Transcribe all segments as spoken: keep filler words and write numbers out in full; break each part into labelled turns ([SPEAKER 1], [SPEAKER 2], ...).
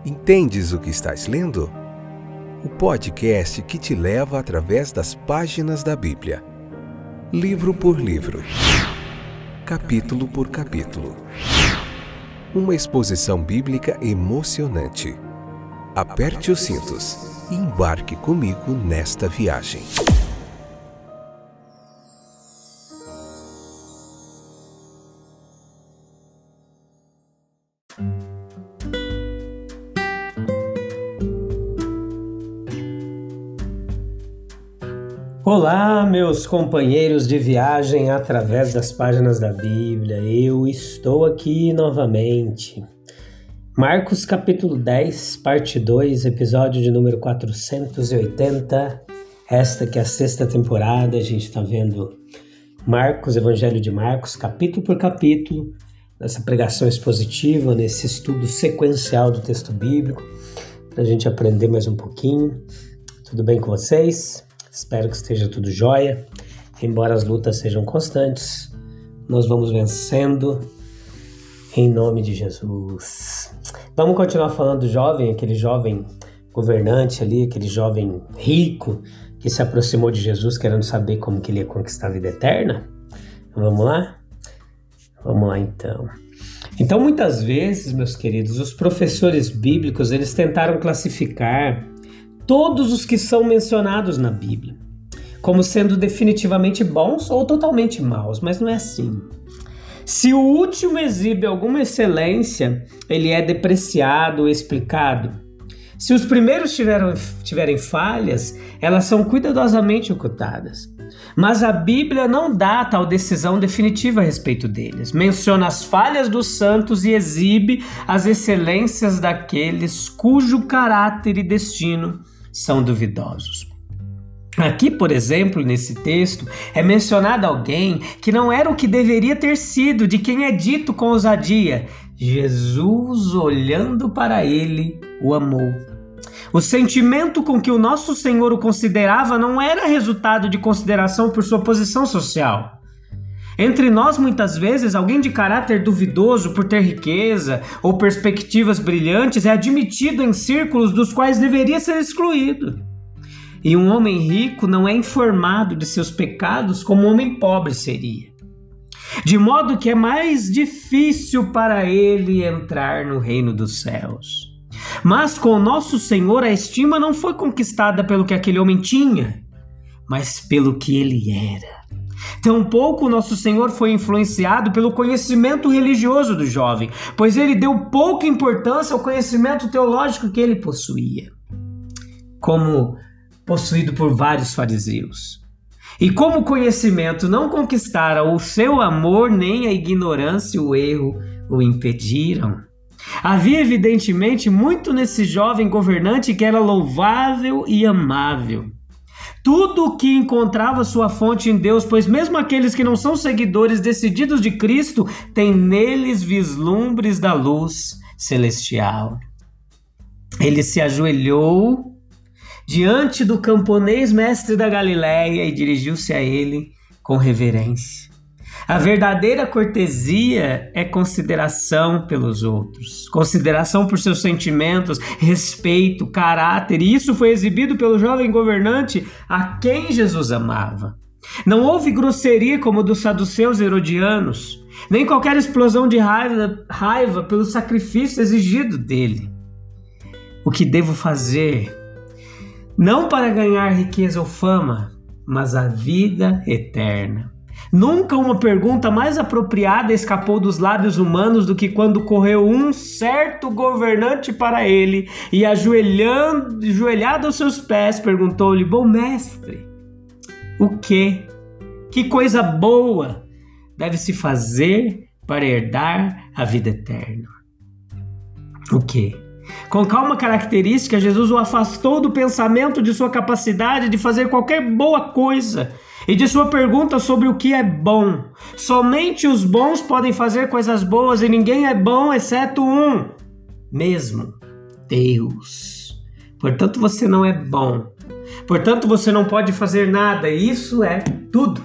[SPEAKER 1] Entendes o que estás lendo? O podcast que te leva através das páginas da Bíblia, livro por livro, capítulo por capítulo. Uma exposição bíblica emocionante. Aperte os cintos e embarque comigo nesta viagem.
[SPEAKER 2] Olá, meus companheiros de viagem através das páginas da Bíblia, eu estou aqui novamente. Marcos capítulo dez, parte dois, episódio de número quatrocentos e oitenta, esta que é a sexta temporada, a gente está vendo Marcos, Evangelho de Marcos, capítulo por capítulo, nessa pregação expositiva, nesse estudo sequencial do texto bíblico, para a gente aprender mais um pouquinho. Tudo bem com vocês? Espero que esteja tudo jóia. Embora as lutas sejam constantes, nós vamos vencendo em nome de Jesus. Vamos continuar falando do jovem, aquele jovem governante ali, aquele jovem rico que se aproximou de Jesus querendo saber como que ele ia conquistar a vida eterna? Vamos lá? Vamos lá então. Então muitas vezes, meus queridos, os professores bíblicos, eles tentaram classificar todos os que são mencionados na Bíblia como sendo definitivamente bons ou totalmente maus, mas não é assim. Se o último exibe alguma excelência, ele é depreciado ou explicado. Se os primeiros tiveram, tiverem falhas, elas são cuidadosamente ocultadas. Mas a Bíblia não dá tal decisão definitiva a respeito deles. Menciona as falhas dos santos e exibe as excelências daqueles cujo caráter e destino são duvidosos. Aqui, por exemplo, nesse texto, é mencionado alguém que não era o que deveria ter sido, de quem é dito com ousadia: Jesus, olhando para ele, o amou. O sentimento com que o nosso Senhor o considerava não era resultado de consideração por sua posição social. Entre nós, muitas vezes, alguém de caráter duvidoso por ter riqueza ou perspectivas brilhantes é admitido em círculos dos quais deveria ser excluído. E um homem rico não é informado de seus pecados como um homem pobre seria. De modo que é mais difícil para ele entrar no reino dos céus. Mas com o nosso Senhor a estima não foi conquistada pelo que aquele homem tinha, mas pelo que ele era. Tampouco o nosso Senhor foi influenciado pelo conhecimento religioso do jovem, pois ele deu pouca importância ao conhecimento teológico que ele possuía, como possuído por vários fariseus. E como o conhecimento não conquistara o seu amor, nem a ignorância e o erro o impediram. Havia evidentemente muito nesse jovem governante que era louvável e amável. Tudo o que encontrava sua fonte em Deus, pois mesmo aqueles que não são seguidores decididos de Cristo têm neles vislumbres da luz celestial. Ele se ajoelhou diante do camponês mestre da Galileia e dirigiu-se a ele com reverência. A verdadeira cortesia é consideração pelos outros, consideração por seus sentimentos, respeito, caráter, e isso foi exibido pelo jovem governante a quem Jesus amava. Não houve grosseria como dos saduceus herodianos, nem qualquer explosão de raiva, raiva pelo sacrifício exigido dele. O que devo fazer? Não para ganhar riqueza ou fama, mas a vida eterna. Nunca uma pergunta mais apropriada escapou dos lábios humanos do que quando correu um certo governante para ele e, ajoelhando, ajoelhado aos seus pés, perguntou-lhe: bom mestre, o que? Que coisa boa deve se fazer para herdar a vida eterna? O que? Com calma característica, Jesus o afastou do pensamento de sua capacidade de fazer qualquer boa coisa e de sua pergunta sobre o que é bom. Somente os bons podem fazer coisas boas e ninguém é bom exceto um, mesmo Deus. Portanto, você não é bom. Portanto, você não pode fazer nada. Isso é tudo.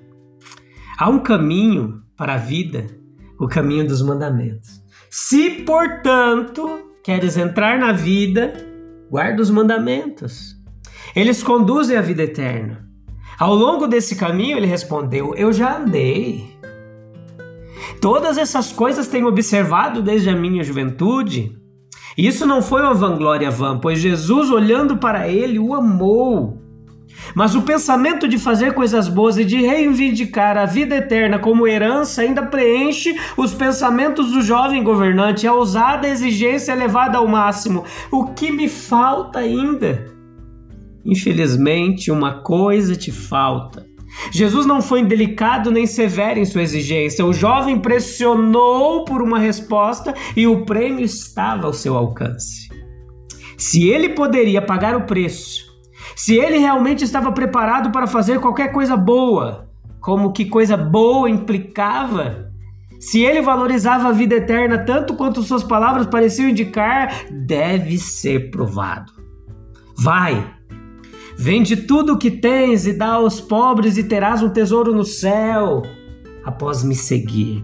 [SPEAKER 2] Há um caminho para a vida, o caminho dos mandamentos. Se, portanto, Queres entrar na vida? Guarda os mandamentos. Eles conduzem à vida eterna. Ao longo desse caminho, ele respondeu: eu já andei. Todas essas coisas tenho observado desde a minha juventude. Isso não foi uma vanglória vã, pois Jesus, olhando para ele, o amou. Mas o pensamento de fazer coisas boas e de reivindicar a vida eterna como herança ainda preenche os pensamentos do jovem governante. A ousada exigência é levada ao máximo. O que me falta ainda? Infelizmente, uma coisa te falta. Jesus não foi indelicado nem severo em sua exigência. O jovem pressionou por uma resposta e o prêmio estava ao seu alcance. Se ele poderia pagar o preço, se ele realmente estava preparado para fazer qualquer coisa boa, como que coisa boa implicava, se ele valorizava a vida eterna tanto quanto suas palavras pareciam indicar, deve ser provado. Vai! Vende tudo o que tens e dá aos pobres e terás um tesouro no céu, após me seguir.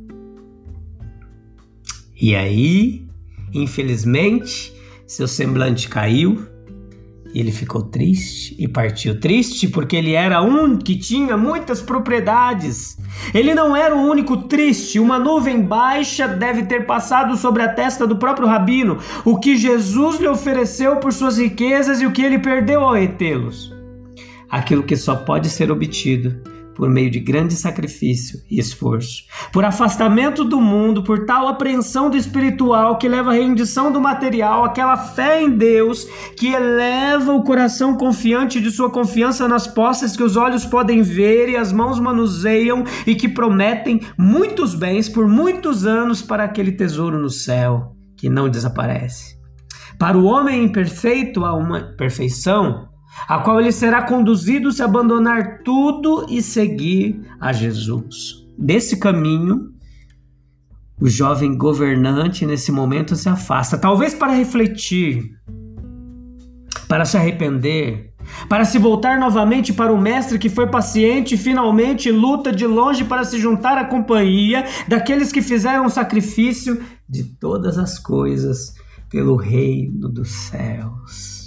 [SPEAKER 2] E aí, infelizmente, seu semblante caiu e ele ficou triste e partiu. Triste porque ele era um que tinha muitas propriedades. Ele não era o único triste. Uma nuvem baixa deve ter passado sobre a testa do próprio rabino. O que Jesus lhe ofereceu por suas riquezas e o que ele perdeu ao retê-los. Aquilo que só pode ser obtido por meio de grande sacrifício e esforço, por afastamento do mundo, por tal apreensão do espiritual que leva à rendição do material, aquela fé em Deus que eleva o coração confiante de sua confiança nas posses que os olhos podem ver e as mãos manuseiam e que prometem muitos bens por muitos anos para aquele tesouro no céu que não desaparece. Para o homem imperfeito há uma perfeição, a qual ele será conduzido se abandonar tudo e seguir a Jesus. Desse caminho, o jovem governante nesse momento se afasta, talvez para refletir, para se arrepender, para se voltar novamente para o mestre que foi paciente e finalmente luta de longe para se juntar à companhia daqueles que fizeram o sacrifício de todas as coisas pelo reino dos céus.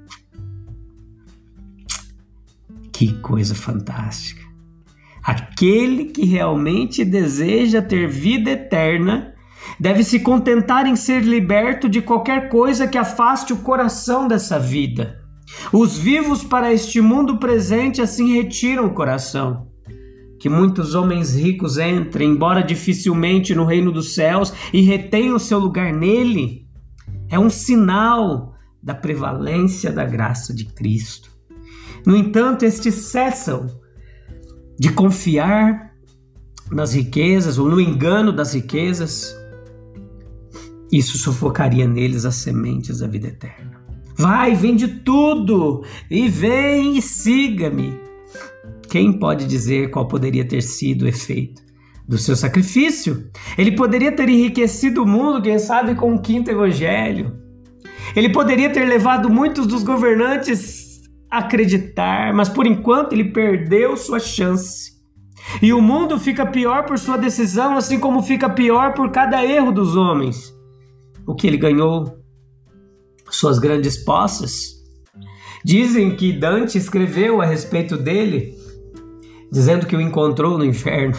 [SPEAKER 2] Que coisa fantástica! Aquele que realmente deseja ter vida eterna deve se contentar em ser liberto de qualquer coisa que afaste o coração dessa vida. Os vivos para este mundo presente assim retiram o coração. Que muitos homens ricos entrem, embora dificilmente, no reino dos céus e retenham o seu lugar nele, é um sinal da prevalência da graça de Cristo. No entanto, estes cessam de confiar nas riquezas ou no engano das riquezas. Isso sufocaria neles as sementes da vida eterna. Vai, vende tudo e vem e siga-me. Quem pode dizer qual poderia ter sido o efeito do seu sacrifício? Ele poderia ter enriquecido o mundo, quem sabe, com o quinto evangelho. Ele poderia ter levado muitos dos governantes acreditar, mas por enquanto ele perdeu sua chance. E o mundo fica pior por sua decisão, assim como fica pior por cada erro dos homens. O que ele ganhou? Suas grandes posses. Dizem que Dante escreveu a respeito dele, dizendo que o encontrou no inferno.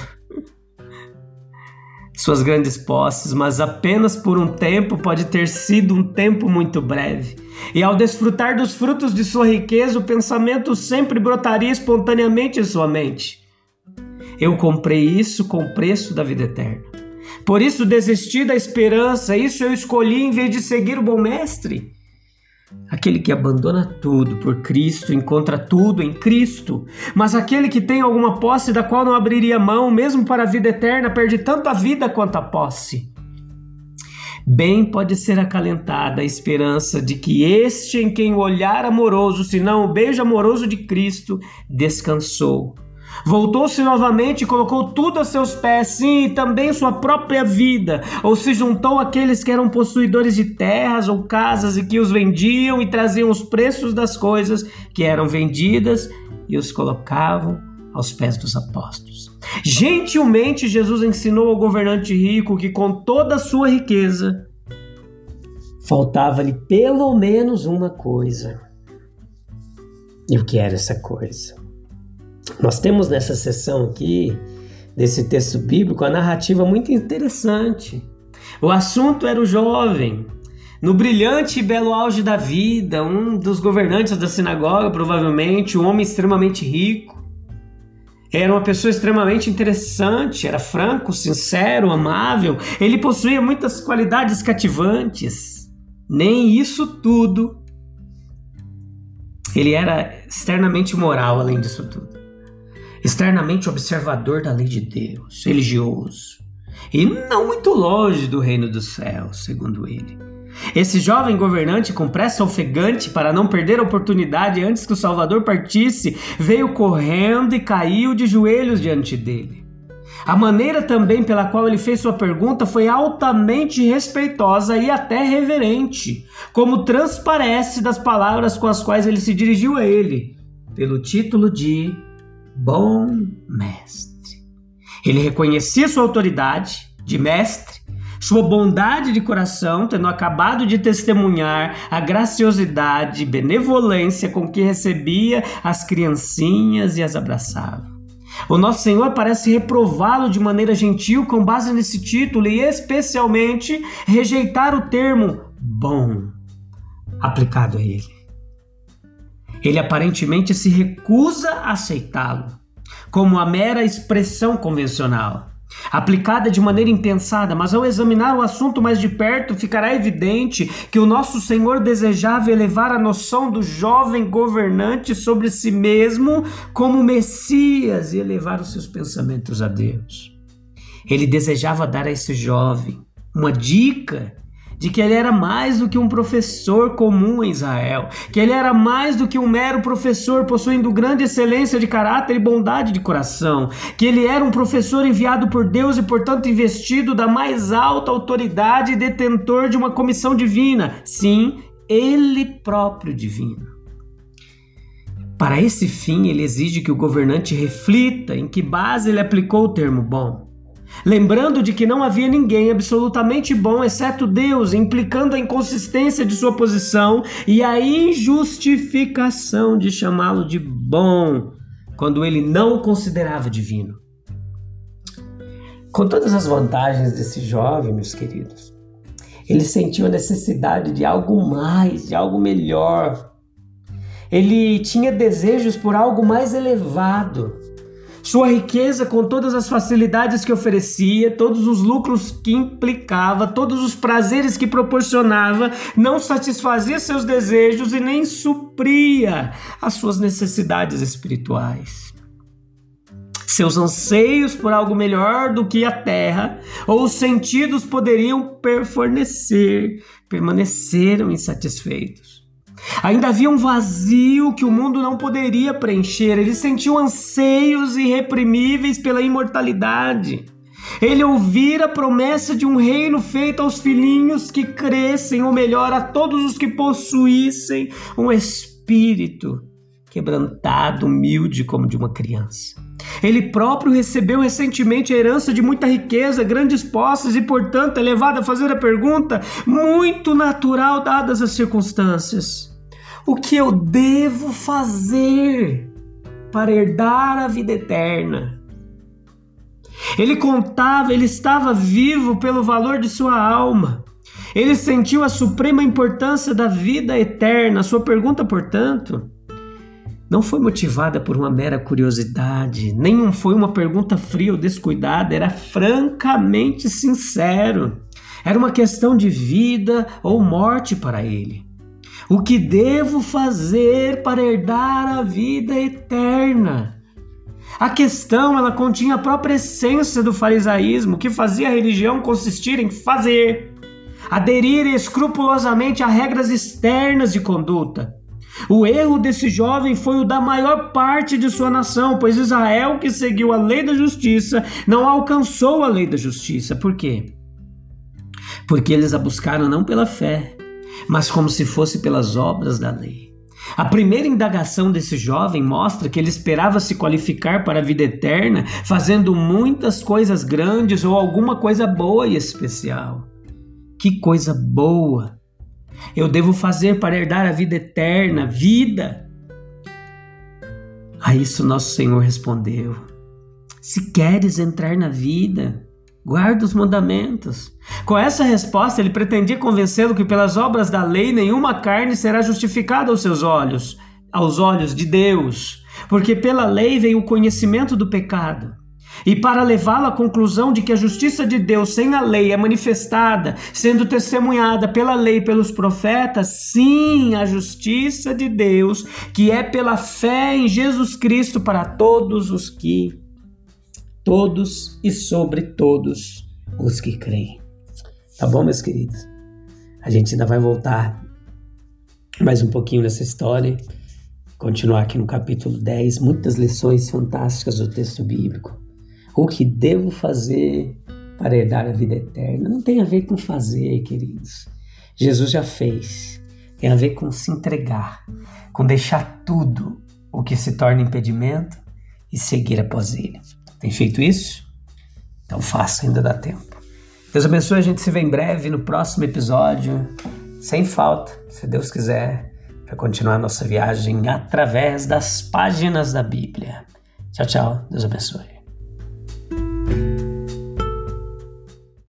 [SPEAKER 2] Suas grandes posses, mas apenas por um tempo, pode ter sido um tempo muito breve. E ao desfrutar dos frutos de sua riqueza, o pensamento sempre brotaria espontaneamente em sua mente. Eu comprei isso com o preço da vida eterna. Por isso desisti da esperança, isso eu escolhi em vez de seguir o bom mestre. Aquele que abandona tudo por Cristo encontra tudo em Cristo, mas aquele que tem alguma posse da qual não abriria mão, mesmo para a vida eterna, perde tanto a vida quanto a posse. Bem pode ser acalentada a esperança de que este em quem o olhar amoroso, se não o beijo amoroso de Cristo, descansou. Voltou-se novamente e colocou tudo a seus pés, sim, e também sua própria vida, ou se juntou àqueles que eram possuidores de terras ou casas e que os vendiam e traziam os preços das coisas que eram vendidas e os colocavam aos pés dos apóstolos. Gentilmente Jesus ensinou ao governante rico que com toda a sua riqueza Faltava-lhe pelo menos uma coisa. E o que era essa coisa? Nós temos nessa sessão aqui, desse texto bíblico, a narrativa muito interessante. O assunto era o jovem, no brilhante e belo auge da vida, um dos governantes da sinagoga, provavelmente, um homem extremamente rico. Era uma pessoa extremamente interessante, era franco, sincero, amável. Ele possuía muitas qualidades cativantes. Nem isso tudo. Ele era externamente moral, além disso tudo. Externamente observador da lei de Deus, religioso. E não muito longe do reino dos céus, segundo ele. Esse jovem governante, com pressa ofegante para não perder a oportunidade antes que o Salvador partisse, veio correndo e caiu de joelhos diante dele. A maneira também pela qual ele fez sua pergunta foi altamente respeitosa e até reverente, como transparece das palavras com as quais ele se dirigiu a ele, pelo título de Bom Mestre. Ele reconhecia sua autoridade de mestre, sua bondade de coração, tendo acabado de testemunhar a graciosidade e benevolência com que recebia as criancinhas e as abraçava. O nosso Senhor parece reprová-lo de maneira gentil com base nesse título e especialmente rejeitar o termo bom aplicado a ele. Ele aparentemente se recusa a aceitá-lo como a mera expressão convencional, aplicada de maneira impensada, mas ao examinar o assunto mais de perto, ficará evidente que o nosso Senhor desejava elevar a noção do jovem governante sobre si mesmo como Messias e elevar os seus pensamentos a Deus. Ele desejava dar a esse jovem uma dica de que ele era mais do que um professor comum em Israel, que ele era mais do que um mero professor possuindo grande excelência de caráter e bondade de coração, que ele era um professor enviado por Deus e, portanto, investido da mais alta autoridade e detentor de uma comissão divina. Sim, ele próprio divino. Para esse fim, ele exige que o governante reflita em que base ele aplicou o termo bom, lembrando de que não havia ninguém absolutamente bom exceto Deus, implicando a inconsistência de sua posição e a injustificação de chamá-lo de bom quando ele não o considerava divino. Com todas as vantagens desse jovem, meus queridos, ele sentiu a necessidade de algo mais, de algo melhor. Ele tinha desejos por algo mais elevado. Sua riqueza, com todas as facilidades que oferecia, todos os lucros que implicava, todos os prazeres que proporcionava, não satisfazia seus desejos e nem supria as suas necessidades espirituais. Seus anseios por algo melhor do que a terra ou os sentidos poderiam fornecer, permaneceram insatisfeitos. Ainda havia um vazio que o mundo não poderia preencher. Ele sentiu anseios irreprimíveis pela imortalidade. Ele ouvira a promessa de um reino feito aos filhinhos que crescem, ou melhor, a todos os que possuíssem um espírito quebrantado, humilde como de uma criança. Ele próprio recebeu recentemente a herança de muita riqueza, grandes posses e, portanto, é levado a fazer a pergunta muito natural dadas as circunstâncias: o que eu devo fazer para herdar a vida eterna? Ele contava, ele estava vivo pelo valor de sua alma. Ele sentiu a suprema importância da vida eterna. Sua pergunta, portanto, não foi motivada por uma mera curiosidade, nem foi uma pergunta fria ou descuidada, era francamente sincero. Era uma questão de vida ou morte para ele. O que devo fazer para herdar a vida eterna? A questão, ela continha a própria essência do farisaísmo, que fazia a religião consistir em fazer, aderir escrupulosamente a regras externas de conduta. O erro desse jovem foi o da maior parte de sua nação, pois Israel, que seguiu a lei da justiça, não alcançou a lei da justiça. Por quê? Porque eles a buscaram não pela fé, mas como se fosse pelas obras da lei. A primeira indagação desse jovem mostra que ele esperava se qualificar para a vida eterna, fazendo muitas coisas grandes ou alguma coisa boa e especial. Que coisa boa eu devo fazer para herdar a vida eterna? Vida? A isso nosso Senhor respondeu: se queres entrar na vida, guarda os mandamentos. Com essa resposta, ele pretendia convencê-lo que pelas obras da lei nenhuma carne será justificada aos seus olhos, aos olhos de Deus, porque pela lei veio o conhecimento do pecado. E para levá-lo à conclusão de que a justiça de Deus sem a lei é manifestada, sendo testemunhada pela lei e pelos profetas, sim, a justiça de Deus, que é pela fé em Jesus Cristo para todos os que, todos e sobre todos os que creem. Tá bom, meus queridos? A gente ainda vai voltar mais um pouquinho nessa história, continuar aqui no capítulo dez, muitas lições fantásticas do texto bíblico. O que devo fazer para herdar a vida eterna? Não tem a ver com fazer, queridos. Jesus já fez. Tem a ver com se entregar, com deixar tudo o que se torna impedimento e seguir após ele. Tem feito isso? Então faça, ainda dá tempo. Deus abençoe, a gente se vê em breve no próximo episódio, sem falta, se Deus quiser, para continuar a nossa viagem através das páginas da Bíblia. Tchau, tchau. Deus abençoe.